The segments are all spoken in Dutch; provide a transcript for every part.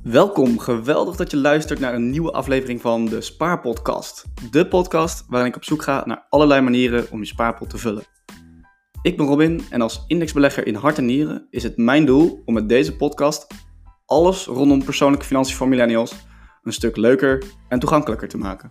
Welkom, geweldig dat je luistert naar een nieuwe aflevering van de Spaarpodcast. De podcast waarin ik op zoek ga naar allerlei manieren om je spaarpot te vullen. Ik ben Robin en als indexbelegger in hart en nieren is het mijn doel om met deze podcast alles rondom persoonlijke financiën voor millennials een stuk leuker en toegankelijker te maken.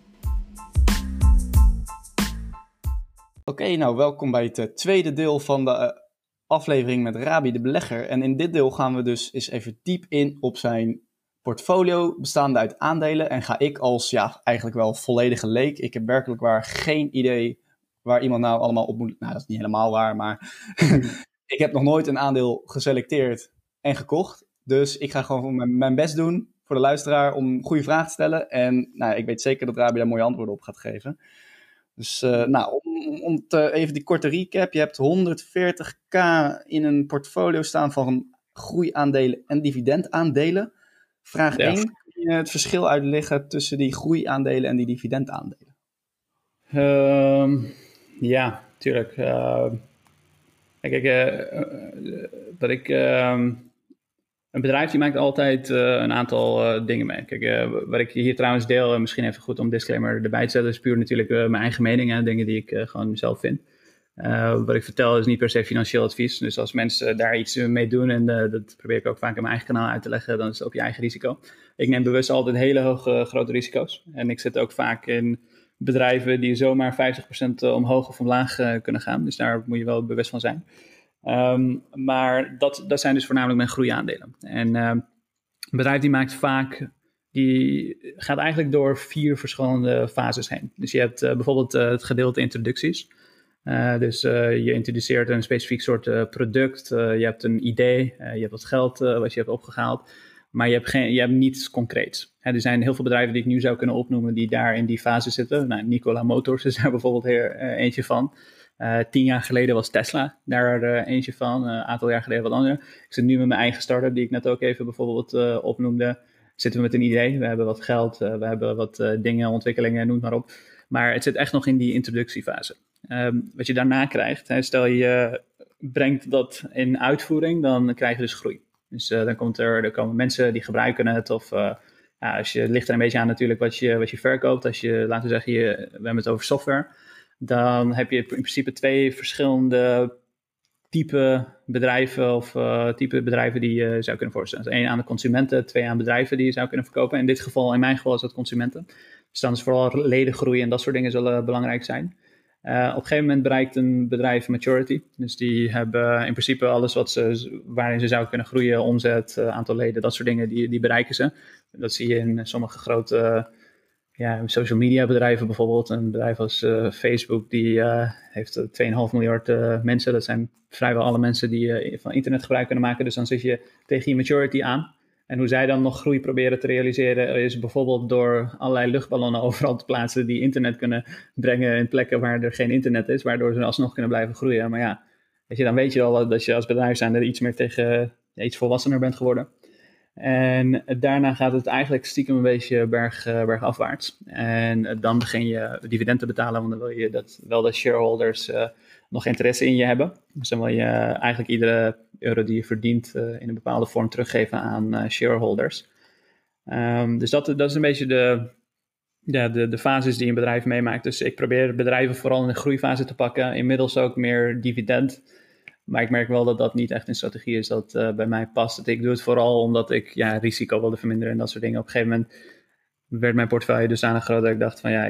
Oké, nou welkom bij het tweede deel van de aflevering met Rabi de belegger. En in dit deel gaan we dus eens even diep in op zijn portfolio bestaande uit aandelen. En ga ik als eigenlijk wel volledige leek. Ik heb werkelijk waar geen idee waar iemand nou allemaal op moet. Nou, dat is niet helemaal waar, maar ik heb nog nooit een aandeel geselecteerd en gekocht. Dus ik ga gewoon mijn best doen voor de luisteraar om goede vragen te stellen. En ik weet zeker dat Rabi daar mooie antwoorden op gaat geven. Dus om even die korte recap. Je hebt 140k in een portfolio staan van groeiaandelen en dividendaandelen. Vraag 1. Kun je het verschil uitleggen tussen die groeiaandelen en die dividendaandelen? Ja, tuurlijk. Een bedrijf die maakt altijd een aantal dingen mee. Kijk, wat ik hier trouwens deel, misschien even goed om disclaimer erbij te zetten, is puur natuurlijk mijn eigen mening en dingen die ik gewoon zelf vind. Wat ik vertel is niet per se financieel advies. Dus als mensen daar iets mee doen, en dat probeer ik ook vaak in mijn eigen kanaal uit te leggen, dan is het op je eigen risico. Ik neem bewust altijd hele hoge, grote risico's. En ik zit ook vaak in bedrijven die zomaar 50% omhoog of omlaag kunnen gaan. Dus daar moet je wel bewust van zijn. Maar dat zijn dus voornamelijk mijn groeiaandelen. En een bedrijf die gaat eigenlijk door 4 verschillende fases heen. Dus je hebt bijvoorbeeld het gedeelte introducties. Dus je introduceert een specifiek soort product. Je hebt een idee, je hebt wat geld wat je hebt opgehaald. Maar je hebt niets concreets. Er zijn heel veel bedrijven die ik nu zou kunnen opnoemen die daar in die fase zitten. Nikola Motors is daar bijvoorbeeld eentje van. 10 jaar geleden was Tesla daar eentje van. Een aantal jaar geleden wat andere. Ik zit nu met mijn eigen start-up, die ik net ook even bijvoorbeeld opnoemde. Zitten we met een idee. We hebben wat geld, we hebben wat dingen, ontwikkelingen, noem maar op. Maar het zit echt nog in die introductiefase. Wat je daarna krijgt, stel je brengt dat in uitvoering, dan krijg je dus groei. Dus dan komen mensen die gebruiken het of... als je ligt er een beetje aan natuurlijk wat je verkoopt. Als je, laten we zeggen, we hebben het over software. Dan heb je in principe 2 verschillende type bedrijven of type bedrijven die je zou kunnen voorstellen. Dus 1 aan de consumenten, 2 aan bedrijven die je zou kunnen verkopen. In mijn geval is dat consumenten. Dus dan is vooral ledengroei en dat soort dingen zullen belangrijk zijn. Op een gegeven moment bereikt een bedrijf maturity. Dus die hebben in principe alles waarin ze zouden kunnen groeien, omzet, aantal leden, dat soort dingen, die bereiken ze. Dat zie je in sommige grote social media bedrijven bijvoorbeeld. Een bedrijf als Facebook, die heeft 2,5 miljard mensen. Dat zijn vrijwel alle mensen die van internet gebruik kunnen maken. Dus dan zit je tegen je maturity aan. En hoe zij dan nog groei proberen te realiseren is bijvoorbeeld door allerlei luchtballonnen overal te plaatsen die internet kunnen brengen in plekken waar er geen internet is, waardoor ze alsnog kunnen blijven groeien. Maar ja, dan weet je wel dat je als bedrijf zijnde iets meer tegen iets volwassener bent geworden. En daarna gaat het eigenlijk stiekem een beetje bergafwaarts. En dan begin je dividend te betalen, want dan wil je dat shareholders nog interesse in je hebben. Dus dan wil je eigenlijk iedere euro die je verdient in een bepaalde vorm teruggeven aan shareholders. Dus dat is een beetje de fases die een bedrijf meemaakt. Dus ik probeer bedrijven vooral in de groeifase te pakken. Inmiddels ook meer dividend. Maar ik merk wel dat dat niet echt een strategie is dat bij mij past. Ik doe het vooral omdat ik risico wilde verminderen en dat soort dingen. Op een gegeven moment werd mijn portefeuille dusdanig groot dat ik dacht van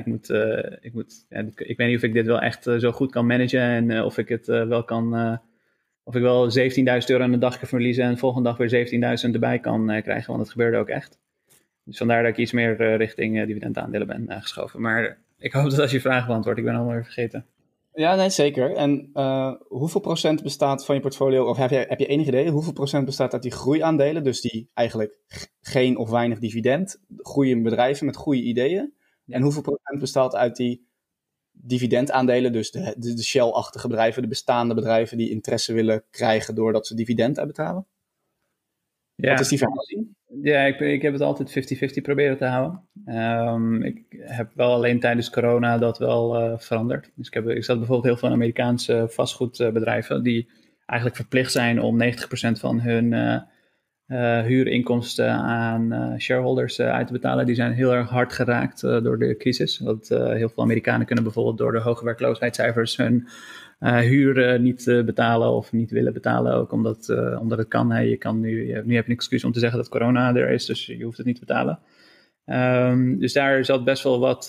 ik weet niet of ik dit wel echt zo goed kan managen. En of ik het wel kan, of ik wel €17.000 aan de dag kan verliezen en de volgende dag weer 17.000 erbij kan krijgen. Want dat gebeurde ook echt. Dus vandaar dat ik iets meer richting dividendaandelen ben geschoven. Maar ik hoop dat als je vraag beantwoordt, ik ben allemaal weer vergeten. Ja, nee, zeker. En hoeveel procent bestaat van je portfolio, of heb je enig idee, hoeveel procent bestaat uit die groeiaandelen, dus die eigenlijk geen of weinig dividend, groeien bedrijven met goede ideeën? Ja. En hoeveel procent bestaat uit die dividendaandelen, dus de Shell-achtige bedrijven, de bestaande bedrijven die interesse willen krijgen doordat ze dividend uitbetalen? Ja. Wat is die verhouding? Ja, ik heb het altijd 50-50 proberen te houden. Ik heb wel alleen tijdens corona dat wel veranderd. Dus ik zat bijvoorbeeld heel veel Amerikaanse vastgoedbedrijven die eigenlijk verplicht zijn om 90% van hun huurinkomsten aan shareholders uit te betalen. Die zijn heel erg hard geraakt door de crisis. Want heel veel Amerikanen kunnen bijvoorbeeld door de hoge werkloosheidscijfers hun huur niet betalen of niet willen betalen. Ook omdat het kan. Hè. Nu heb je een excuus om te zeggen dat corona er is, dus je hoeft het niet te betalen. Dus daar zat best wel wat,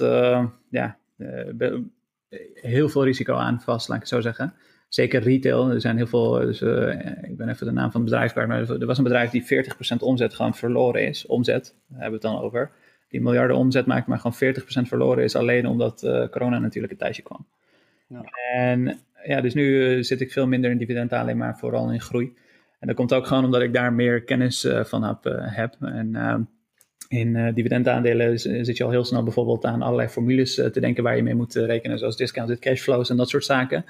heel veel risico aan vast, laat ik het zo zeggen. Zeker retail, er zijn heel veel, dus, ik ben even de naam van het bedrijf kwijt, maar er was een bedrijf die 40% omzet gewoon verloren is. Omzet, daar hebben we het dan over. Die miljarden omzet maakt, maar gewoon 40% verloren is alleen omdat corona natuurlijk een tijdje kwam. Ja. En ja, dus nu zit ik veel minder in dividend alleen maar vooral in groei. En dat komt ook gewoon omdat ik daar meer kennis van heb. En in dividendaandelen zit je al heel snel bijvoorbeeld aan allerlei formules te denken waar je mee moet rekenen, zoals discounted cashflows en dat soort zaken.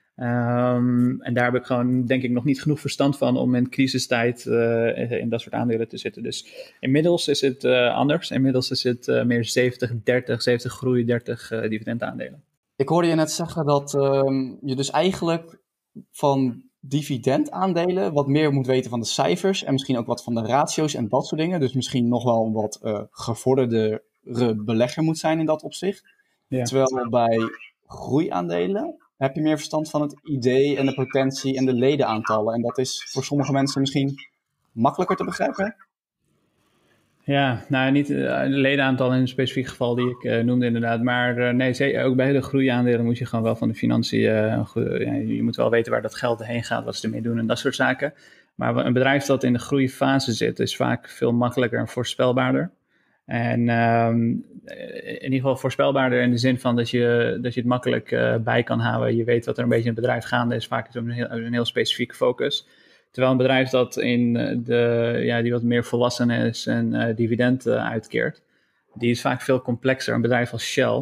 En daar heb ik gewoon, denk ik, nog niet genoeg verstand van om in crisistijd in dat soort aandelen te zitten. Dus inmiddels is het anders. Inmiddels is het meer 70-30, 70 groei, 30 dividendaandelen. Ik hoorde je net zeggen dat je dus eigenlijk van dividendaandelen wat meer moet weten van de cijfers en misschien ook wat van de ratio's en dat soort dingen. Dus misschien nog wel een wat gevorderdere belegger moet zijn in dat opzicht. Ja. Terwijl bij groeiaandelen heb je meer verstand van het idee en de potentie en de ledenaantallen. En dat is voor sommige mensen misschien makkelijker te begrijpen. Ja, nou niet de ledenaantallen in een specifiek geval die ik noemde inderdaad. Maar nee, ook bij de groeiaandelen moet je gewoon wel van de financiën... je moet wel weten waar dat geld heen gaat, wat ze ermee doen en dat soort zaken. Maar een bedrijf dat in de groeifase zit is vaak veel makkelijker en voorspelbaarder. En in ieder geval voorspelbaarder in de zin van dat je het makkelijk bij kan houden. Je weet wat er een beetje in het bedrijf gaande is. Vaak is het een heel specifieke focus. Terwijl een bedrijf dat die wat meer volwassen is en dividend uitkeert, die is vaak veel complexer. Een bedrijf als Shell,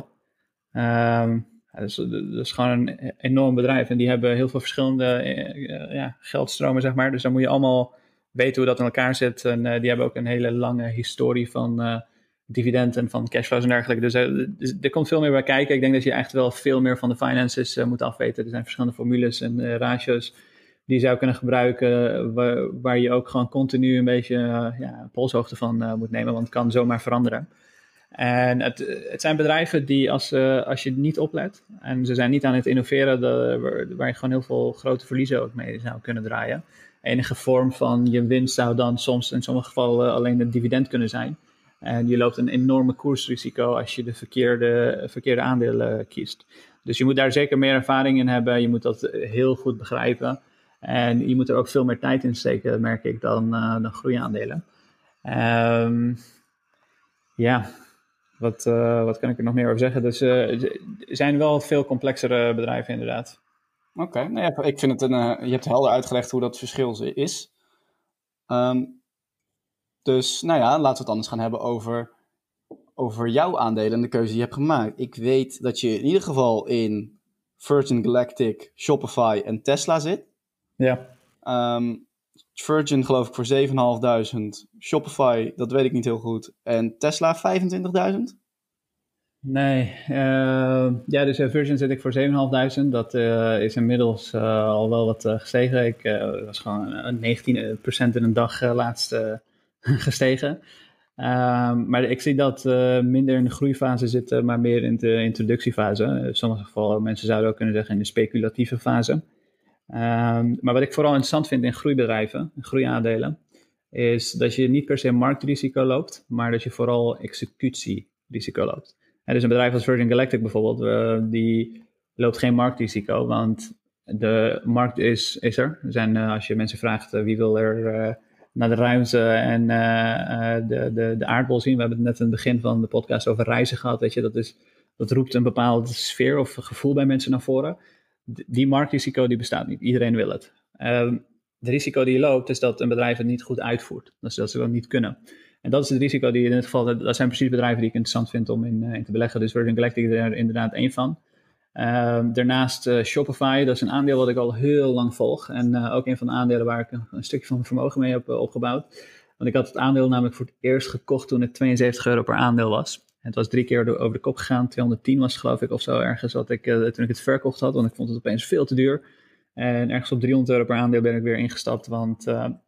dat is gewoon een enorm bedrijf. En die hebben heel veel verschillende geldstromen, zeg maar. Dus dan moet je allemaal weten hoe dat in elkaar zit. En die hebben ook een hele lange historie van dividend en van cashflows en dergelijke. Dus er komt veel meer bij kijken. Ik denk dat je echt wel veel meer van de finances moet afweten. Er zijn verschillende formules en ratio's die je zou kunnen gebruiken, waar je ook gewoon continu een beetje polshoogte van moet nemen, want het kan zomaar veranderen. En het zijn bedrijven die als je niet oplet, en ze zijn niet aan het innoveren, waar je gewoon heel veel grote verliezen ook mee zou kunnen draaien. Enige vorm van je winst zou dan soms in sommige gevallen alleen het dividend kunnen zijn. En je loopt een enorme koersrisico als je de verkeerde aandelen kiest. Dus je moet daar zeker meer ervaring in hebben, je moet dat heel goed begrijpen. En je moet er ook veel meer tijd in steken, merk ik, dan groeiaandelen. Wat kan ik er nog meer over zeggen? Dus er zijn wel veel complexere bedrijven inderdaad. Oké, nou ja, ik vind het je hebt helder uitgelegd hoe dat verschil is. Dus nou ja, laten we het anders gaan hebben over jouw aandelen en de keuze die je hebt gemaakt. Ik weet dat je in ieder geval in Virgin Galactic, Shopify en Tesla zit. Ja. Virgin geloof ik voor 7.500. Shopify, dat weet ik niet heel goed. En Tesla 25.000? Nee. Dus Virgin zit ik voor 7.500. Dat is inmiddels al wel wat gestegen. Ik was gewoon 19% in een dag laatst gestegen. Maar ik zie dat minder in de groeifase zitten, maar meer in de introductiefase. In sommige gevallen, mensen zouden ook kunnen zeggen in de speculatieve fase. Maar wat ik vooral interessant vind in groeibedrijven, groeiaandelen, is dat je niet per se marktrisico loopt, maar dat je vooral executierisico loopt. En dus een bedrijf als Virgin Galactic bijvoorbeeld, die loopt geen marktrisico, want de markt is er. Er zijn, als je mensen vraagt wie wil er naar de ruimte en de aardbol zien. We hebben het net in het begin van de podcast over reizen gehad. Weet je, dat roept een bepaalde sfeer of gevoel bij mensen naar voren. Die marktrisico die bestaat niet. Iedereen wil het. De risico die je loopt is dat een bedrijf het niet goed uitvoert. Dat ze dat niet kunnen. En dat is het risico die in dit geval, dat zijn precies bedrijven die ik interessant vind om in te beleggen. Dus Virgin Galactic is er inderdaad één van. Daarnaast Shopify, dat is een aandeel wat ik al heel lang volg. En ook een van de aandelen waar ik een stukje van mijn vermogen mee heb opgebouwd. Want ik had het aandeel namelijk voor het eerst gekocht toen het 72 euro per aandeel was. En het was 3 keer over de kop gegaan. 210 was geloof ik of zo ergens wat ik toen ik het verkocht had. Want ik vond het opeens veel te duur. En ergens op 300 euro per aandeel ben ik weer ingestapt. Want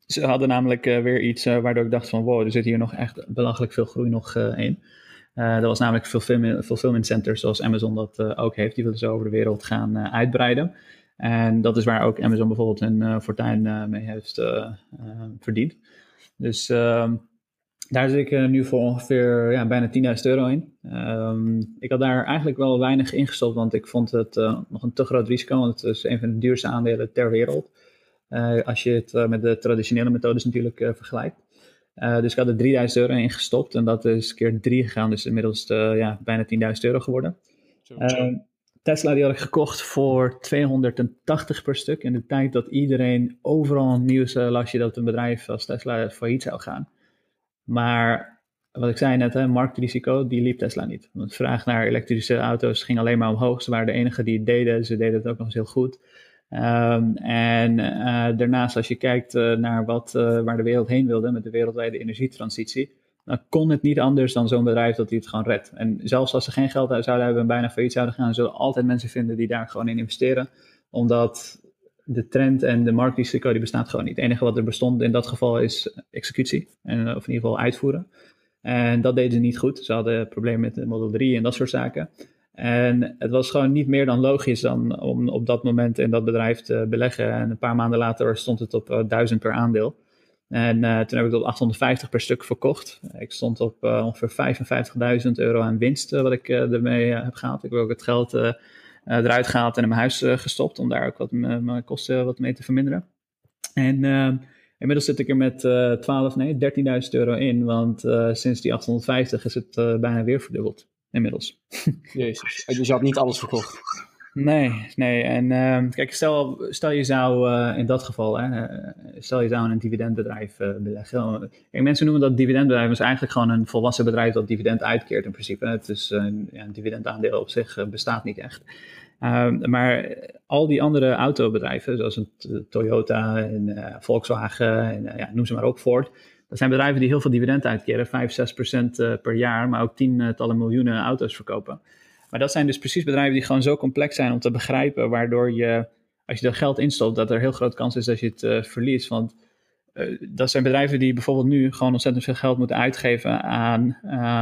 Ze hadden namelijk weer iets waardoor ik dacht van wow, er zit hier nog echt belachelijk veel groei nog in. Dat was namelijk fulfillment centers zoals Amazon dat ook heeft. Die willen ze over de wereld gaan uitbreiden. En dat is waar ook Amazon bijvoorbeeld hun fortuin mee heeft verdiend. Dus daar zit ik nu voor ongeveer bijna €10.000 in. Ik had daar eigenlijk wel weinig ingestopt, want ik vond het nog een te groot risico. Want het is een van de duurste aandelen ter wereld. Als je het met de traditionele methodes natuurlijk vergelijkt. Dus ik had er €3.000 in gestopt en dat is keer 3 gegaan. Dus inmiddels bijna €10.000 geworden. Tesla die had ik gekocht voor 280 per stuk. In de tijd dat iedereen overal nieuws las je dat een bedrijf als Tesla failliet zou gaan. Maar wat ik zei net, marktrisico, die liep Tesla niet. Want de vraag naar elektrische auto's ging alleen maar omhoog. Ze waren de enige die het deden. Ze deden het ook nog eens heel goed. Daarnaast, als je kijkt naar waar de wereld heen wilde met de wereldwijde energietransitie, dan kon het niet anders dan zo'n bedrijf dat die het gewoon redt. En zelfs als ze geen geld zouden hebben en bijna failliet zouden gaan, zullen altijd mensen vinden die daar gewoon in investeren. Omdat de trend en de marktrisico die bestaat gewoon niet. Het enige wat er bestond in dat geval is executie. Of in ieder geval uitvoeren. En dat deden ze niet goed. Ze hadden problemen met de Model 3 en dat soort zaken. En het was gewoon niet meer dan logisch dan om op dat moment in dat bedrijf te beleggen. En een paar maanden later stond het op 1000 per aandeel. En toen heb ik dat 850 per stuk verkocht. Ik stond op ongeveer €55.000 aan winst wat ik ermee heb gehaald. Ik heb ook het geld eruit gehaald en in mijn huis gestopt. Om daar ook wat mijn kosten wat mee te verminderen. En inmiddels zit ik er met €13.000 in. Want sinds die 850 is het bijna weer verdubbeld. Inmiddels. Jezus. Dus je had niet alles verkocht? Nee. En kijk, stel je zou in dat geval, stel je zou in een dividendbedrijf beleggen. Kijk, mensen noemen dat dividendbedrijf, maar is eigenlijk gewoon een volwassen bedrijf dat dividend uitkeert in principe. Het is een dividendaandeel op zich bestaat niet echt. Maar al die andere autobedrijven, zoals een Toyota en Volkswagen en noem ze maar op, Ford. Dat zijn bedrijven die heel veel dividend uitkeren, 5-6% per jaar, maar ook tientallen miljoenen auto's verkopen. Maar dat zijn dus precies bedrijven die gewoon zo complex zijn om te begrijpen, waardoor je, als je er geld instopt, dat er heel grote kans is dat je het verliest. Want dat zijn bedrijven die bijvoorbeeld nu gewoon ontzettend veel geld moeten uitgeven aan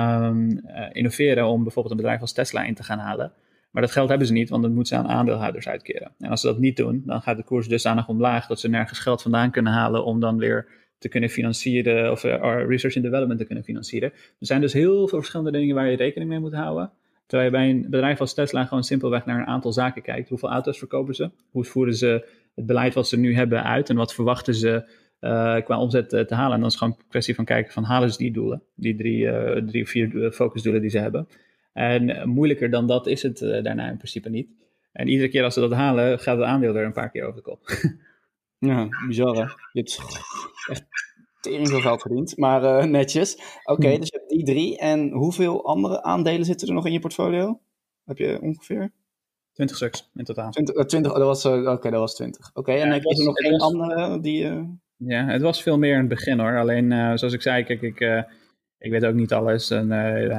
innoveren om bijvoorbeeld een bedrijf als Tesla in te gaan halen. Maar dat geld hebben ze niet, want dat moeten ze aan aandeelhouders uitkeren. En als ze dat niet doen, dan gaat de koers dusdanig omlaag dat ze nergens geld vandaan kunnen halen om dan weer te kunnen financieren of research and development te kunnen financieren. Er zijn dus heel veel verschillende dingen waar je rekening mee moet houden. Terwijl je bij een bedrijf als Tesla gewoon simpelweg naar een aantal zaken kijkt. Hoeveel auto's verkopen ze? Hoe voeren ze het beleid wat ze nu hebben uit? En wat verwachten ze qua omzet te halen? En dan is het gewoon een kwestie van kijken van halen ze die doelen? Die drie of vier focusdoelen die ze hebben. En moeilijker dan dat is het daarna in principe niet. En iedere keer als ze dat halen, gaat het aandeel er een paar keer over de kop. Ja, bizar hè. Je hebt echt tering veel geld verdiend, maar netjes. Oké, dus je hebt die 3. En hoeveel andere aandelen zitten er nog in je portfolio? Heb je ongeveer? 20 stuks in totaal. 20, dat was 20. Oké, en heb je er nog één andere die... Ja, het was veel meer in het begin hoor. Alleen, zoals ik zei, kijk, ik weet ook niet alles. En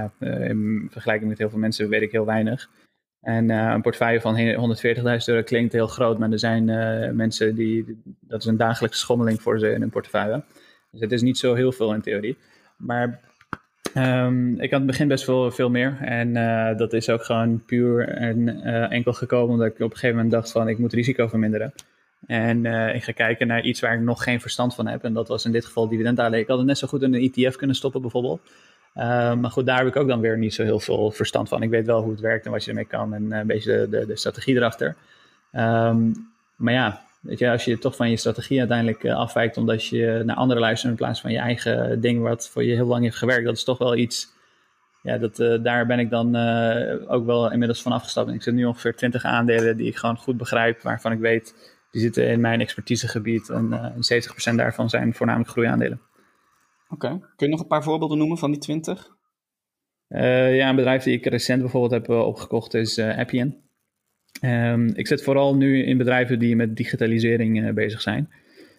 in vergelijking met heel veel mensen weet ik heel weinig. En een portefeuille van €140.000 klinkt heel groot, maar er zijn mensen dat is een dagelijkse schommeling voor ze in hun portefeuille. Dus het is niet zo heel veel in theorie. Maar ik had in het begin best veel meer. En dat is ook gewoon puur en enkel gekomen omdat ik op een gegeven moment dacht van ik moet risico verminderen. En ik ga kijken naar iets waar ik nog geen verstand van heb. En dat was in dit geval dividendaandelen. Ik had het net zo goed in een ETF kunnen stoppen bijvoorbeeld. Maar goed, daar heb ik ook dan weer niet zo heel veel verstand van. Ik weet wel hoe het werkt en wat je ermee kan en een beetje de strategie erachter. Maar ja, weet je, als je toch van je strategie uiteindelijk afwijkt omdat je naar anderen luistert in plaats van je eigen ding wat voor je heel lang heeft gewerkt, dat is toch wel iets, ja, daar ben ik dan ook wel inmiddels van afgestapt. En ik zit nu ongeveer 20 aandelen die ik gewoon goed begrijp, waarvan ik weet, die zitten in mijn expertisegebied en 70% daarvan zijn voornamelijk groeiaandelen. Oké. Kun je nog een paar voorbeelden noemen van die 20? Ja, een bedrijf die ik recent bijvoorbeeld heb opgekocht is Appian. Ik zit vooral nu in bedrijven die met digitalisering bezig zijn.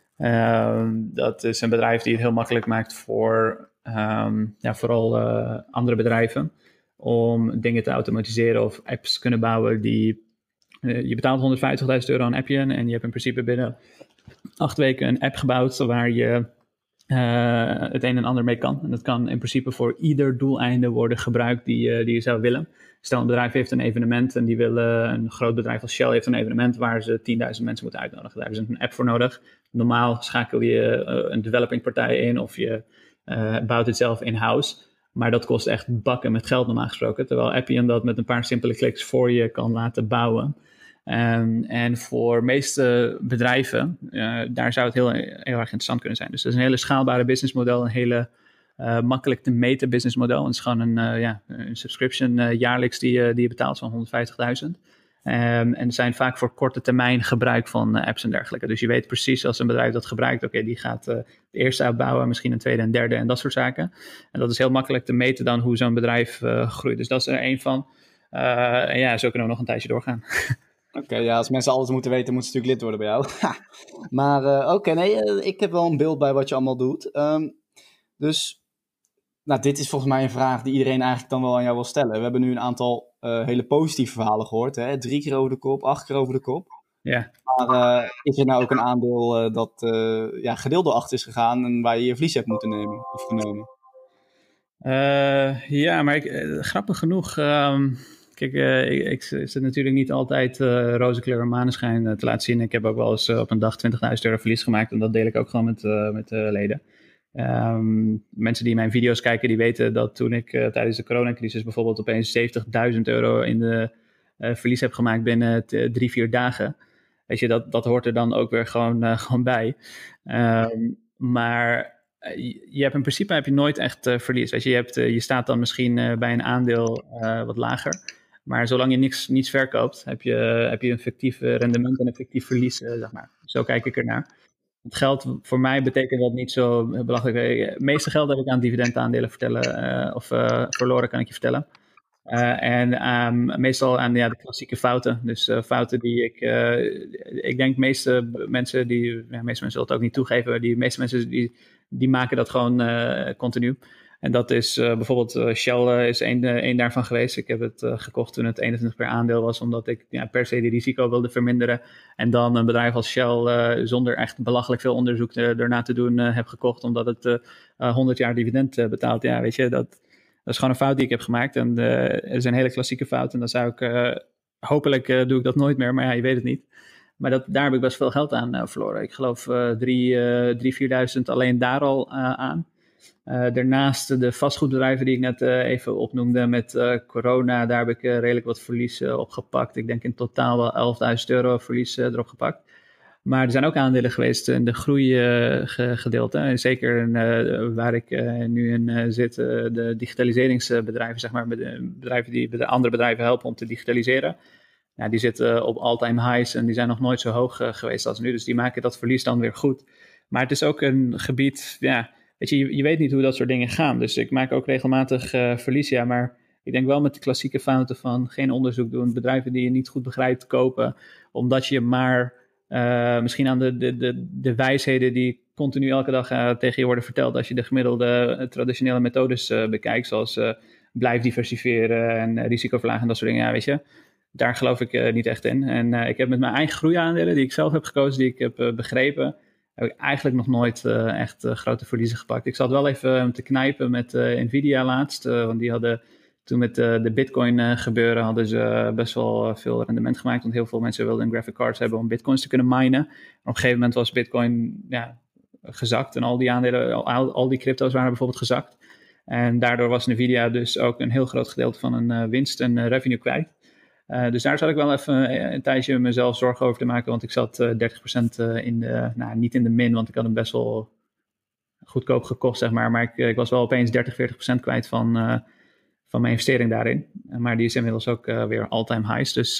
Dat is een bedrijf die het heel makkelijk maakt voor vooral andere bedrijven om dingen te automatiseren of apps kunnen bouwen die Je betaalt €150.000 aan Appian en je hebt in principe binnen 8 weken een app gebouwd waar je het een en ander mee kan. En dat kan in principe voor ieder doeleinde worden gebruikt die je zou willen. Stel, een bedrijf heeft een evenement en die willen, een groot bedrijf als Shell heeft een evenement waar ze 10.000 mensen moeten uitnodigen. Daar hebben ze een app voor nodig. Normaal schakel je een developingpartij in of je bouwt het zelf in-house. Maar dat kost echt bakken met geld normaal gesproken. Terwijl Appian dat met een paar simpele kliks voor je kan laten bouwen. En voor de meeste bedrijven, daar zou het heel erg interessant kunnen zijn. Dus dat is een hele schaalbare businessmodel, een hele makkelijk te meten businessmodel. Het is gewoon een subscription jaarlijks die je betaalt van 150.000. En er zijn vaak voor korte termijn gebruik van apps en dergelijke. Dus je weet precies als een bedrijf dat gebruikt, oké, die gaat de eerste app bouwen, misschien een tweede en derde en dat soort zaken. En dat is heel makkelijk te meten dan hoe zo'n bedrijf groeit. Dus dat is er één van. En zo kunnen we nog een tijdje doorgaan. Oké, ja, als mensen alles moeten weten, moeten ze natuurlijk lid worden bij jou. Maar ik heb wel een beeld bij wat je allemaal doet. Dus, nou, dit is volgens mij een vraag die iedereen eigenlijk dan wel aan jou wil stellen. We hebben nu een aantal hele positieve verhalen gehoord. Hè? 3 keer over de kop, 8 keer over de kop. Ja. Maar is er nou ook een aandeel dat gedeeld door achter is gegaan en waar je je verlies hebt moeten nemen of genomen? Ja, maar grappig genoeg... Kijk, ik zit natuurlijk niet altijd roze kleur en maneschijn te laten zien. Ik heb ook wel eens op een dag €20.000 verlies gemaakt. En dat deel ik ook gewoon met de leden. Mensen die mijn video's kijken, die weten dat toen ik tijdens de coronacrisis bijvoorbeeld opeens €70.000 in de verlies heb gemaakt binnen 3-4 dagen. Weet je, dat hoort er dan ook weer gewoon bij. Maar je hebt in principe nooit echt verlies. Weet je, je staat dan misschien bij een aandeel wat lager. Maar zolang je niets verkoopt, heb je een fictief rendement en een fictief verlies, zeg maar. Zo kijk ik ernaar. Het geld voor mij betekent dat niet zo belachelijk. Het meeste geld heb ik aan dividendaandelen verloren, kan ik je vertellen. En meestal aan de klassieke fouten. Dus fouten die ik denk meeste mensen zullen het ook niet toegeven. Die meeste mensen die maken dat gewoon continu. En dat is bijvoorbeeld Shell is één daarvan geweest. Ik heb het gekocht toen het 21 per aandeel was, omdat ik per se die risico wilde verminderen. En dan een bedrijf als Shell zonder echt belachelijk veel onderzoek erna te doen heb gekocht, omdat het 100 jaar dividend betaalt. Ja, weet je, dat is gewoon een fout die ik heb gemaakt. En er is een hele klassieke fout. En dan zou ik, hopelijk doe ik dat nooit meer, maar ja, je weet het niet. Maar daar heb ik best veel geld aan verloren. Ik geloof 4.000 alleen daar al aan. Daarnaast de vastgoedbedrijven die ik net even opnoemde met corona, daar heb ik redelijk wat verlies opgepakt. Ik denk in totaal wel €11.000 verlies erop gepakt. Maar er zijn ook aandelen geweest in de groeigedeelte. En zeker waar ik nu in zit, de digitaliseringsbedrijven, zeg maar, bedrijven die de andere bedrijven helpen om te digitaliseren. Ja, die zitten op all-time highs en die zijn nog nooit zo hoog geweest als nu. Dus die maken dat verlies dan weer goed. Maar het is ook een gebied, ja, weet je weet niet hoe dat soort dingen gaan. Dus ik maak ook regelmatig verlies, ja, maar ik denk wel met de klassieke fouten van geen onderzoek doen, bedrijven die je niet goed begrijpt kopen, omdat je maar misschien aan de wijsheden die continu elke dag tegen je worden verteld als je de gemiddelde traditionele methodes bekijkt, zoals blijf diversifiëren en risicoverlagen en dat soort dingen, ja, weet je. Daar geloof ik niet echt in. En ik heb met mijn eigen groeiaandelen, die ik zelf heb gekozen, die ik heb begrepen, heb ik eigenlijk nog nooit echt grote verliezen gepakt. Ik zat wel even te knijpen met Nvidia laatst, want die hadden toen met de Bitcoin gebeuren, hadden ze best wel veel rendement gemaakt, want heel veel mensen wilden een graphic cards hebben om Bitcoins te kunnen minen. En op een gegeven moment was Bitcoin gezakt en al die aandelen, al die crypto's waren bijvoorbeeld gezakt. En daardoor was Nvidia dus ook een heel groot gedeelte van een winst en revenue kwijt. Dus daar zat ik wel even een tijdje mezelf zorgen over te maken, want ik zat 30% niet in de min, want ik had hem best wel goedkoop gekocht, zeg maar. Maar ik was wel opeens 30-40% kwijt van mijn investering daarin. Maar die is inmiddels ook weer all-time highs. Dus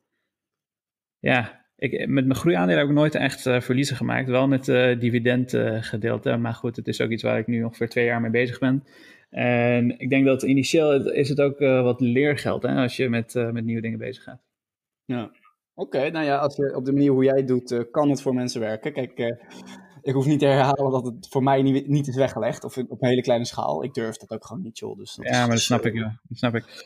met mijn groeiaandelen heb ik nooit echt verliezen gemaakt. Wel met dividendgedeelte. Maar goed, het is ook iets waar ik nu ongeveer 2 jaar mee bezig ben. En ik denk dat initieel is het ook wat leergeld, hè, als je met nieuwe dingen bezig gaat. Ja, oké. Nou ja, als je op de manier hoe jij het doet, kan het voor mensen werken. Kijk, ik hoef niet te herhalen dat het voor mij niet is weggelegd. Of op een hele kleine schaal. Ik durf dat ook gewoon niet, joh. Dus maar dat snap ik, ja. Dat snap ik.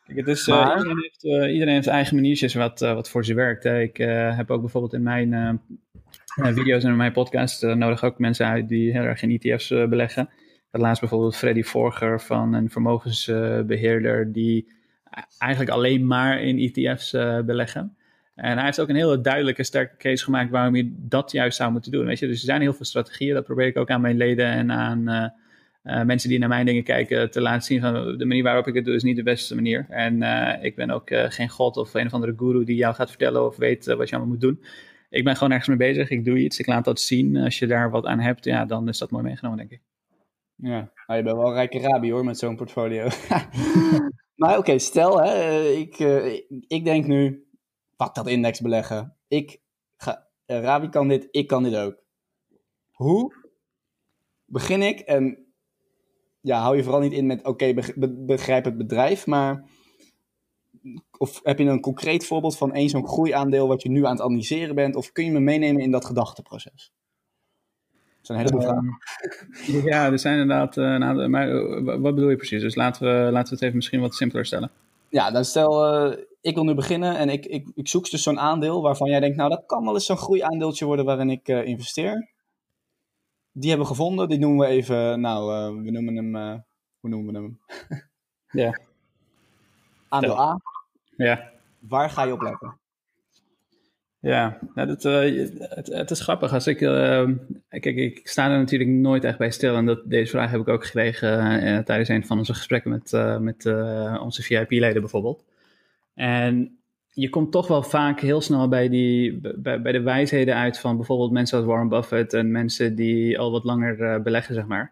Kijk, het is, Maar, iedereen heeft zijn eigen maniertjes wat voor ze werkt. Hè. Ik heb ook bijvoorbeeld in mijn video's en in mijn podcast nodig ook mensen uit die heel erg in ETF's beleggen. Ik had laatst bijvoorbeeld Freddy Forger van een vermogensbeheerder die eigenlijk alleen maar in ETF's beleggen. En hij heeft ook een hele duidelijke, sterke case gemaakt waarom je dat juist zou moeten doen. Weet je? Dus er zijn heel veel strategieën. Dat probeer ik ook aan mijn leden en aan mensen die naar mijn dingen kijken te laten zien van de manier waarop ik het doe is niet de beste manier. En ik ben ook geen god of een of andere guru die jou gaat vertellen of weet wat je allemaal moet doen. Ik ben gewoon ergens mee bezig. Ik doe iets. Ik laat dat zien. Als je daar wat aan hebt, ja, dan is dat mooi meegenomen, denk ik. ja, nou, je bent wel een rijke Rabi hoor, met zo'n portfolio. Maar oké, stel, hè, ik denk nu, pak dat index beleggen. Rabi kan dit, ik kan dit ook. Hoe begin ik? En ja, hou je vooral niet in met, begrijp het bedrijf, maar of heb je een concreet voorbeeld van één zo'n groeiaandeel wat je nu aan het analyseren bent, of kun je me meenemen in dat gedachteproces? Dat zijn een heleboel vragen. Ja, er zijn inderdaad een aantal, maar wat bedoel je precies? Dus laten we het even misschien wat simpeler stellen. Ja, dan stel, ik wil nu beginnen en ik zoek dus zo'n aandeel waarvan jij denkt, nou dat kan wel eens zo'n groeiaandeeltje worden waarin ik investeer. Die hebben we gevonden, die noemen we even, we noemen hem, hoe noemen we hem? Ja. Aandeel A. Ja. Waar ga je op letten? Ja, nou, het is grappig. Kijk, ik sta er natuurlijk nooit echt bij stil. En deze vraag heb ik ook gekregen tijdens een van onze gesprekken met onze VIP-leden bijvoorbeeld. En je komt toch wel vaak heel snel bij de wijsheden uit van bijvoorbeeld mensen als Warren Buffett en mensen die al wat langer beleggen, zeg maar.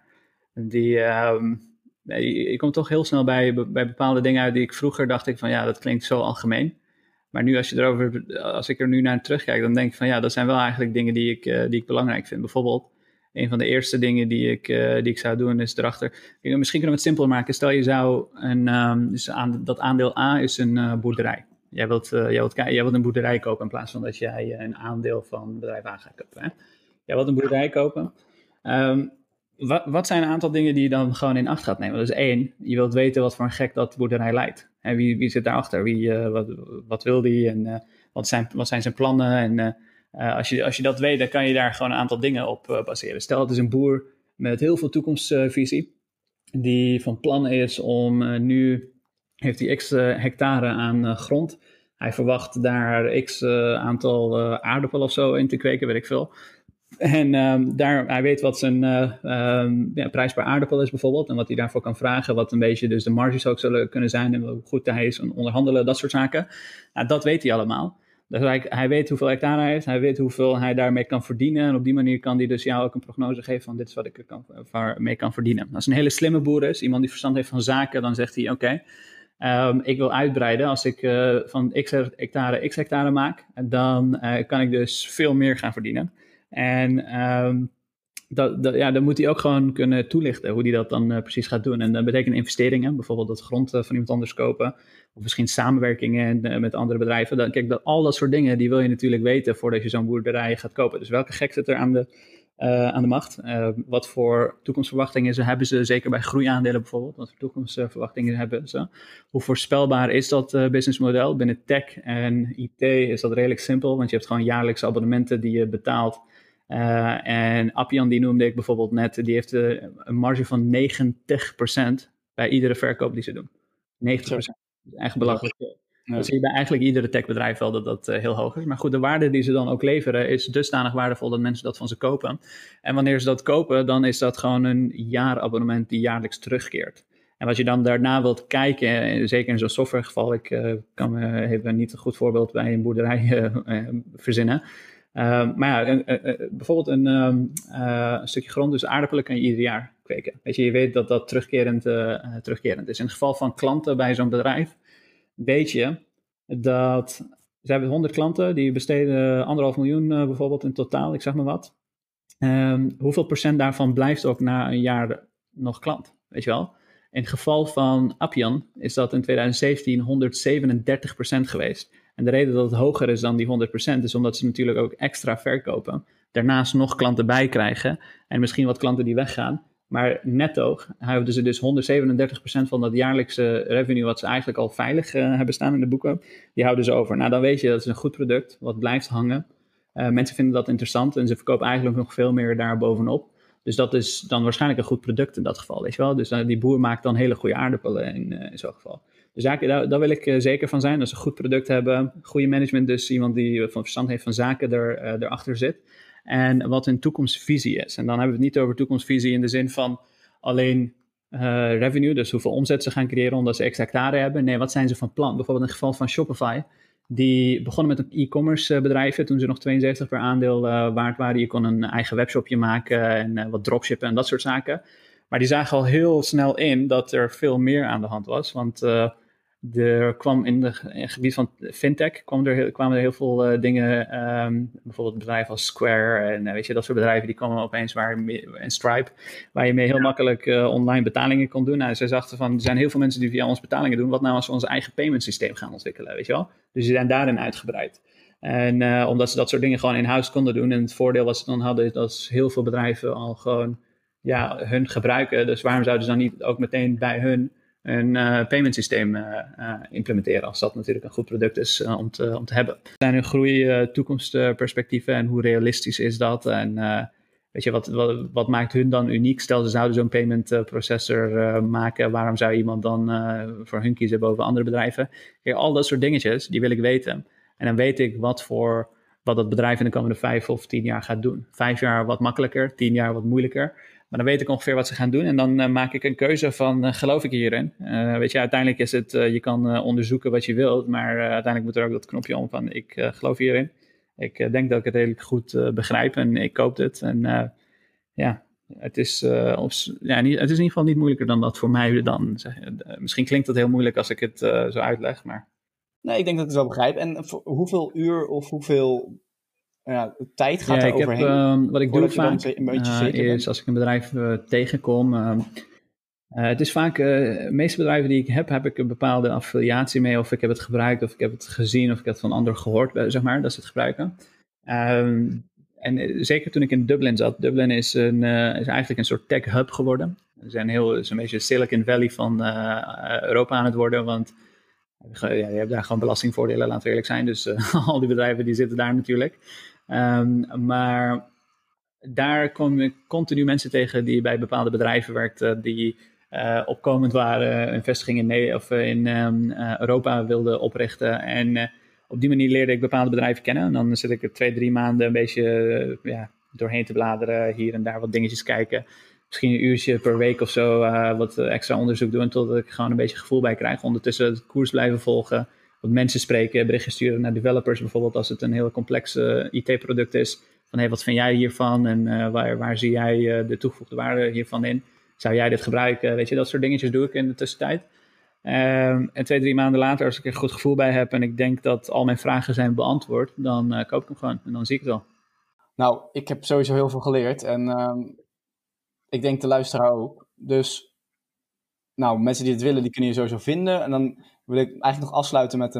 Je komt toch heel snel bij bepaalde dingen uit die ik vroeger dacht ik van ja, dat klinkt zo algemeen. Maar nu als ik er nu naar terugkijk, dan denk ik van ja, dat zijn wel eigenlijk dingen die ik belangrijk vind. Bijvoorbeeld, een van de eerste dingen die ik zou doen is erachter. Misschien kunnen we het simpel maken. Stel je zou dat aandeel A is een boerderij. Jij wilt een boerderij kopen in plaats van dat jij een aandeel van bedrijf A gaat kopen. Hè? Jij wilt een boerderij kopen. Wat zijn een aantal dingen die je dan gewoon in acht gaat nemen? Dus 1, je wilt weten wat voor een gek dat boerderij leidt. En wie zit daarachter? Wat wil die? En wat zijn zijn plannen? En als je dat weet, dan kan je daar gewoon een aantal dingen op baseren. Stel, het is een boer met heel veel toekomstvisie. Die van plan is om nu, heeft hij x hectare aan grond. Hij verwacht daar x aantal aardappelen of zo in te kweken, weet ik veel. En hij weet wat zijn prijs per aardappel is bijvoorbeeld. En wat hij daarvoor kan vragen. Wat een beetje dus de marges ook zullen kunnen zijn. En hoe goed hij is onderhandelen, dat soort zaken. Nou, dat weet hij allemaal. Dus hij weet hoeveel hectare hij heeft. Hij weet hoeveel hij daarmee kan verdienen. En op die manier kan hij dus jou ook een prognose geven van dit is wat ik er mee kan verdienen. Als een hele slimme boer is, iemand die verstand heeft van zaken, dan zegt hij oké. Ik wil uitbreiden. Als ik van x hectare maak, dan kan ik dus veel meer gaan verdienen. En dan moet hij ook gewoon kunnen toelichten hoe hij dat dan precies gaat doen. En dat betekent investeringen, bijvoorbeeld dat grond van iemand anders kopen. Of misschien samenwerkingen met andere bedrijven. Kijk, al dat soort dingen, die wil je natuurlijk weten voordat je zo'n boerderij gaat kopen. Dus welke gek zit er aan de macht? Wat voor toekomstverwachtingen hebben ze, zeker bij groeiaandelen bijvoorbeeld. Wat voor toekomstverwachtingen hebben ze? Hoe voorspelbaar is dat businessmodel? Binnen tech en IT is dat redelijk simpel, want je hebt gewoon jaarlijkse abonnementen die je betaalt. En Appian, die noemde ik bijvoorbeeld net, die heeft een marge van 90% bij iedere verkoop die ze doen. 90%. Dat is echt belachelijk. Ja. Dat zie je bij eigenlijk iedere techbedrijf wel dat heel hoog is. Maar goed, de waarde die ze dan ook leveren is dusdanig waardevol dat mensen dat van ze kopen. En wanneer ze dat kopen, dan is dat gewoon een jaarabonnement die jaarlijks terugkeert. En wat je dan daarna wilt kijken, zeker in zo'n softwaregeval, ik kan me even niet een goed voorbeeld bij een boerderij verzinnen. Maar ja, bijvoorbeeld een stukje grond, dus aardappelen kan je ieder jaar kweken. Weet je weet dat dat terugkerend is. In het geval van klanten bij zo'n bedrijf, weet je dat ze hebben 100 klanten, die besteden 1,5 miljoen bijvoorbeeld in totaal, ik zeg maar wat. Hoeveel procent daarvan blijft ook na een jaar nog klant, weet je wel? In het geval van Appian is dat in 2017 137% geweest. En de reden dat het hoger is dan die 100% is omdat ze natuurlijk ook extra verkopen. Daarnaast nog klanten bij krijgen en misschien wat klanten die weggaan. Maar netto houden ze dus 137% van dat jaarlijkse revenue wat ze eigenlijk al veilig hebben staan in de boeken, die houden ze over. Nou, dan weet je dat is een goed product wat blijft hangen. Mensen vinden dat interessant en ze verkopen eigenlijk nog veel meer daar bovenop. Dus dat is dan waarschijnlijk een goed product in dat geval, weet je wel. Dus die boer maakt dan hele goede aardappelen in zo'n geval. Dus daar wil ik zeker van zijn, dat ze een goed product hebben. Goede management, dus iemand die van verstand heeft van zaken erachter zit. En wat hun toekomstvisie is. En dan hebben we het niet over toekomstvisie in de zin van alleen revenue, dus hoeveel omzet ze gaan creëren omdat ze extra hectare hebben. Nee, wat zijn ze van plan? Bijvoorbeeld in het geval van Shopify. Die begonnen met een e-commerce bedrijven toen ze nog 72 per aandeel waard waren. Je kon een eigen webshopje maken en wat dropshippen en dat soort zaken. Maar die zagen al heel snel in dat er veel meer aan de hand was. Want er kwam in het gebied van fintech kwamen er heel veel dingen. Bijvoorbeeld bedrijven als Square en weet je, dat soort bedrijven die kwamen opeens en Stripe, waar je mee heel makkelijk online betalingen kon doen. Nou, ze dachten van, er zijn heel veel mensen die via ons betalingen doen. Wat nou als we ons eigen payment systeem gaan ontwikkelen, weet je wel? Dus die zijn daarin uitgebreid. En omdat ze dat soort dingen gewoon in-house konden doen. En het voordeel wat ze dan hadden, is dat heel veel bedrijven al gewoon hun gebruiken. Dus waarom zouden ze dan niet ook meteen bij hun een payment systeem implementeren, als dat natuurlijk een goed product is om te hebben. Er zijn groei, toekomstperspectieven en hoe realistisch is dat? En weet je, wat maakt hun dan uniek? Stel, ze zouden zo'n payment processor maken, waarom zou iemand dan voor hun kiezen boven andere bedrijven? Kijk, al dat soort dingetjes, die wil ik weten. En dan weet ik wat dat bedrijf in de komende 5 of 10 jaar gaat doen. 5 jaar wat makkelijker, 10 jaar wat moeilijker. Maar dan weet ik ongeveer wat ze gaan doen. En dan maak ik een keuze van, geloof ik hierin? Weet je, uiteindelijk is het, je kan onderzoeken wat je wilt. Maar uiteindelijk moet er ook dat knopje om van, ik geloof hierin. Ik denk dat ik het redelijk goed begrijp en ik koop dit. En het is, het is in ieder geval niet moeilijker dan dat voor mij dan. Misschien klinkt het heel moeilijk als ik het zo uitleg, maar... Nee, ik denk dat ik het wel begrijp. En hoeveel uur of hoeveel tijd gaat er overheen? Wat ik doe vaak is als ik een bedrijf tegenkom. Het is vaak, de meeste bedrijven die ik heb ik een bepaalde affiliatie mee. Of ik heb het gebruikt, of ik heb het gezien, of ik heb het van anderen gehoord, zeg maar, dat ze het gebruiken. En zeker toen ik in Dublin zat. Dublin is eigenlijk een soort tech hub geworden. Het is een beetje Silicon Valley van Europa aan het worden, want... je hebt daar gewoon belastingvoordelen, laten we eerlijk zijn. Dus al die bedrijven die zitten daar natuurlijk. Maar daar kom ik continu mensen tegen die bij bepaalde bedrijven werkten, die opkomend waren, een vestiging in Europa wilden oprichten. En op die manier leerde ik bepaalde bedrijven kennen. En dan zit ik er 2-3 maanden een beetje doorheen te bladeren, hier en daar wat dingetjes kijken. Misschien een uurtje per week of zo wat extra onderzoek doen, totdat ik gewoon een beetje gevoel bij krijg. Ondertussen de koers blijven volgen, wat mensen spreken, berichten sturen naar developers bijvoorbeeld als het een heel complex IT-product is. Van hey, wat vind jij hiervan en waar zie jij de toegevoegde waarde hiervan in? Zou jij dit gebruiken? Weet je, dat soort dingetjes doe ik in de tussentijd. En 2-3 maanden later, als ik er een goed gevoel bij heb en ik denk dat al mijn vragen zijn beantwoord, dan koop ik hem gewoon en dan zie ik het wel. Nou, ik heb sowieso heel veel geleerd en ik denk de luisteraar ook. Dus, nou, mensen die het willen, die kunnen je sowieso vinden. En dan wil ik eigenlijk nog afsluiten met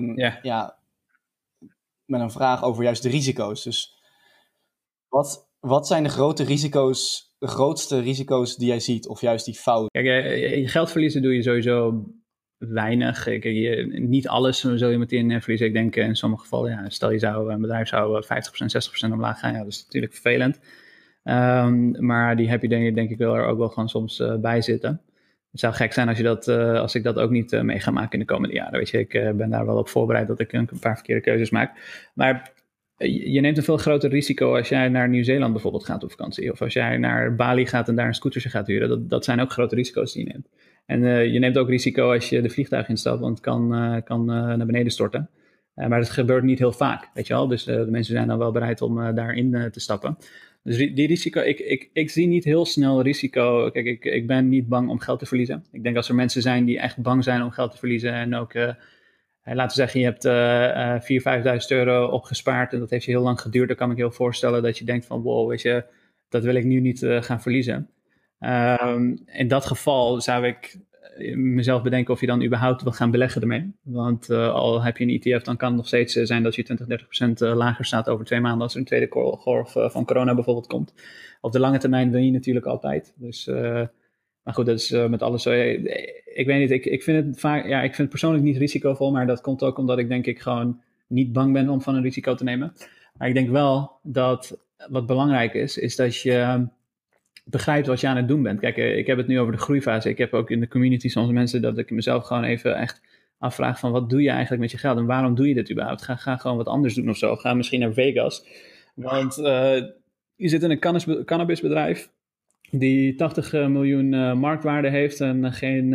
met een vraag over juist de risico's. Dus, wat zijn de grootste risico's die jij ziet? Of juist die fout? Kijk, je geld verliezen doe je sowieso weinig. Niet alles zul je meteen verliezen. Ik denk in sommige gevallen, stel een bedrijf zou 50%, 60% omlaag gaan. Ja, dat is natuurlijk vervelend. Maar die heb je denk ik wel er ook wel gewoon soms bij zitten. Het zou gek zijn als ik dat ook niet mee ga maken in de komende jaren. Weet je, ik ben daar wel op voorbereid dat ik een paar verkeerde keuzes maak. Maar je neemt een veel groter risico als jij naar Nieuw-Zeeland bijvoorbeeld gaat op vakantie. Of als jij naar Bali gaat en daar een scootertje gaat huren. Dat zijn ook grote risico's die je neemt. En je neemt ook risico als je de vliegtuig instapt, want het kan naar beneden storten. Maar dat gebeurt niet heel vaak, weet je wel. Dus de mensen zijn dan wel bereid om daarin te stappen. Dus die risico, ik zie niet heel snel risico. Kijk, ik ben niet bang om geld te verliezen. Ik denk als er mensen zijn die echt bang zijn om geld te verliezen en ook, laten we zeggen, je hebt 4.000, 5.000 euro opgespaard en dat heeft je heel lang geduurd, dan kan ik je heel voorstellen dat je denkt van, wow, weet je, dat wil ik nu niet gaan verliezen. In dat geval zou ik mezelf bedenken of je dan überhaupt wil gaan beleggen ermee. Want al heb je een ETF, dan kan het nog steeds zijn dat je 20-30% lager staat over 2 maanden als er een tweede golf van corona bijvoorbeeld komt. Op de lange termijn wil je natuurlijk altijd. Dus, maar goed, dat is met alles zo. Ik weet niet, ik vind het vaak, ik vind het persoonlijk niet risicovol, maar dat komt ook omdat ik gewoon niet bang ben om van een risico te nemen. Maar ik denk wel dat wat belangrijk is dat je begrijpt wat je aan het doen bent. Kijk, ik heb het nu over de groeifase. Ik heb ook in de community soms mensen dat ik mezelf gewoon even echt afvraag van wat doe je eigenlijk met je geld en waarom doe je dit überhaupt? Ga gewoon wat anders doen of zo. Of ga misschien naar Vegas. Want je zit in een cannabisbedrijf die 80 miljoen marktwaarde heeft en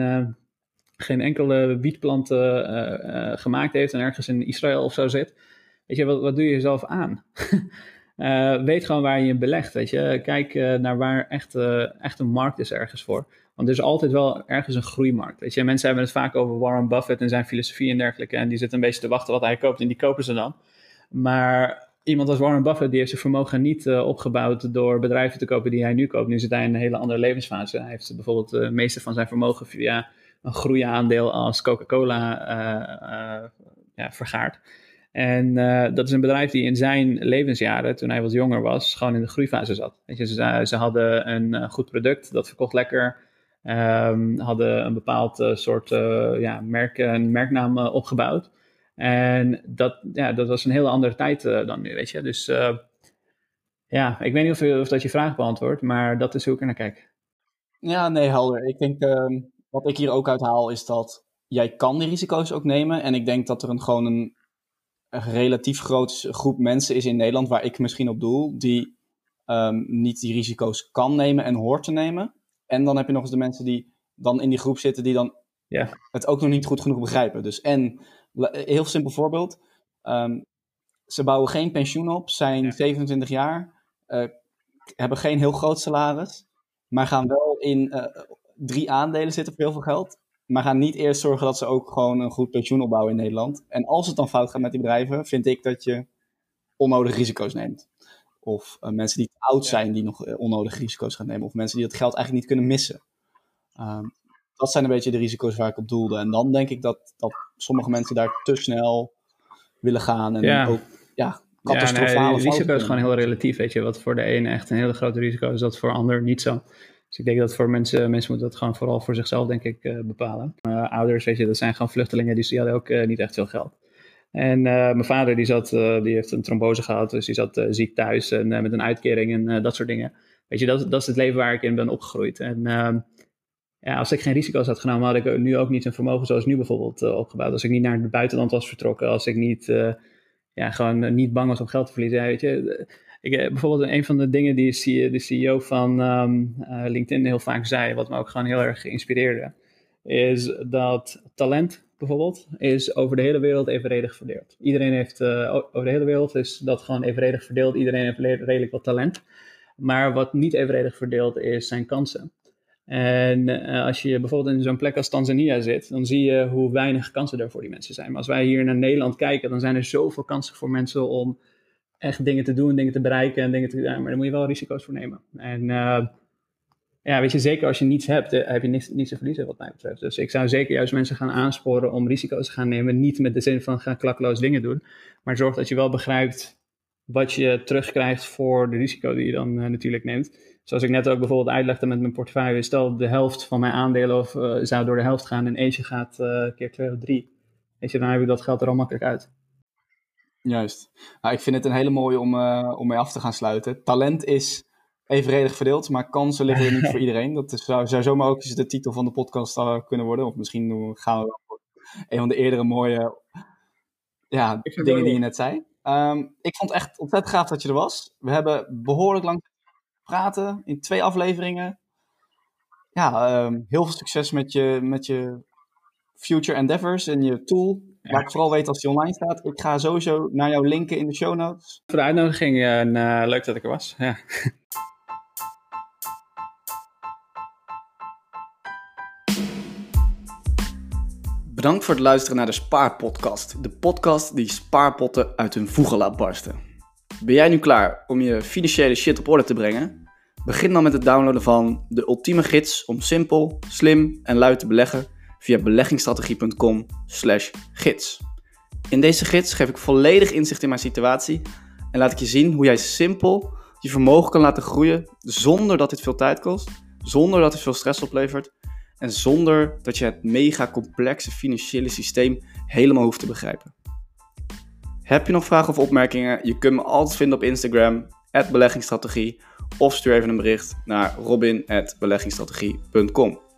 geen enkele wietplant gemaakt heeft en ergens in Israël of zo zit. Weet je, wat doe je jezelf aan? Weet gewoon waar je in belegt, weet je. Kijk naar waar echt een markt is ergens voor. Want er is altijd wel ergens een groeimarkt, weet je. Mensen hebben het vaak over Warren Buffett en zijn filosofie en dergelijke. En die zitten een beetje te wachten wat hij koopt en die kopen ze dan. Maar iemand als Warren Buffett, die heeft zijn vermogen niet opgebouwd door bedrijven te kopen die hij nu koopt. Nu zit hij in een hele andere levensfase. Hij heeft bijvoorbeeld het meeste van zijn vermogen via een groeiaandeel als Coca-Cola vergaard. En dat is een bedrijf die in zijn levensjaren, toen hij wat jonger was, gewoon in de groeifase zat. Weet je, ze hadden een goed product, dat verkocht lekker. Hadden een bepaald soort merknaam opgebouwd. En dat was een hele andere tijd dan nu, weet je. Dus ik weet niet of dat je vraag beantwoordt, maar dat is hoe ik er naar kijk. Ja, nee, helder. Ik denk, wat ik hier ook uithaal is dat jij kan die risico's ook nemen. En ik denk dat er gewoon een relatief grote groep mensen is in Nederland, waar ik misschien op doel, die niet die risico's kan nemen en hoort te nemen. En dan heb je nog eens de mensen die dan in die groep zitten, die dan het ook nog niet goed genoeg begrijpen. Dus heel simpel voorbeeld, ze bouwen geen pensioen op, zijn 27 jaar, hebben geen heel groot salaris, maar gaan wel in 3 aandelen zitten voor heel veel geld. Maar gaan niet eerst zorgen dat ze ook gewoon een goed pensioen opbouwen in Nederland. En als het dan fout gaat met die bedrijven, vind ik dat je onnodige risico's neemt. Of mensen die te oud zijn die nog onnodige risico's gaan nemen. Of mensen die dat geld eigenlijk niet kunnen missen. Dat zijn een beetje de risico's waar ik op doelde. En dan denk ik dat sommige mensen daar te snel willen gaan. En ook catastrofale risico is gewoon heel relatief, weet je. Wat voor de ene echt een hele grote risico is, dat voor de ander niet zo. Dus ik denk dat voor mensen moeten dat gewoon vooral voor zichzelf, denk ik, bepalen. Ouders, weet je, dat zijn gewoon vluchtelingen, die hadden ook niet echt veel geld. En mijn vader, die heeft een trombose gehad, dus die zat ziek thuis en met een uitkering en dat soort dingen. Weet je, dat is het leven waar ik in ben opgegroeid. En als ik geen risico's had genomen, had ik nu ook niet een vermogen zoals nu bijvoorbeeld opgebouwd. Als ik niet naar het buitenland was vertrokken, als ik niet, gewoon niet bang was om geld te verliezen. Weet je. Bijvoorbeeld een van de dingen die de CEO van LinkedIn heel vaak zei, wat me ook gewoon heel erg inspireerde, is dat talent bijvoorbeeld is over de hele wereld evenredig verdeeld. Iedereen heeft, over de hele wereld is dat gewoon evenredig verdeeld. Iedereen heeft redelijk wat talent. Maar wat niet evenredig verdeeld is, zijn kansen. En als je bijvoorbeeld in zo'n plek als Tanzania zit, dan zie je hoe weinig kansen er voor die mensen zijn. Maar als wij hier naar Nederland kijken, dan zijn er zoveel kansen voor mensen om echt dingen te doen, dingen te bereiken en dingen te doen. Maar daar moet je wel risico's voor nemen. En weet je, zeker als je niets hebt, heb je niets te verliezen wat mij betreft. Dus ik zou zeker juist mensen gaan aansporen om risico's te gaan nemen. Niet met de zin van ga klakkeloos dingen doen. Maar zorg dat je wel begrijpt wat je terugkrijgt voor de risico die je dan natuurlijk neemt. Zoals ik net ook bijvoorbeeld uitlegde met mijn portefeuille. Stel de helft van mijn aandelen zou door de helft gaan en eentje gaat keer 2 of 3. Weet je, dan heb ik dat geld er al makkelijk uit. Juist. Nou, ik vind het een hele mooie om mee af te gaan sluiten. Talent is evenredig verdeeld, maar kansen liggen er niet voor iedereen. Dat zou zomaar ook eens de titel van de podcast kunnen worden. Of misschien gaan we wel voor een van de eerdere mooie dingen die je net zei. Ik vond het echt ontzettend gaaf dat je er was. We hebben behoorlijk lang praten in 2 afleveringen. Ja, heel veel succes met je future endeavors en je tool. Ja. Laat ik vooral weten als die online staat. Ik ga sowieso naar jou linken in de show notes. Voor de uitnodiging en leuk dat ik er was. Ja. Bedankt voor het luisteren naar de Spaarpodcast. De podcast die spaarpotten uit hun voegen laat barsten. Ben jij nu klaar om je financiële shit op orde te brengen? Begin dan met het downloaden van de ultieme gids om simpel, slim en luid te beleggen via beleggingsstrategie.com/gids. In deze gids geef ik volledig inzicht in mijn situatie en laat ik je zien hoe jij simpel je vermogen kan laten groeien zonder dat dit veel tijd kost, zonder dat het veel stress oplevert en zonder dat je het mega complexe financiële systeem helemaal hoeft te begrijpen. Heb je nog vragen of opmerkingen? Je kunt me altijd vinden op Instagram, @beleggingsstrategie, of stuur even een bericht naar robin@beleggingsstrategie.com.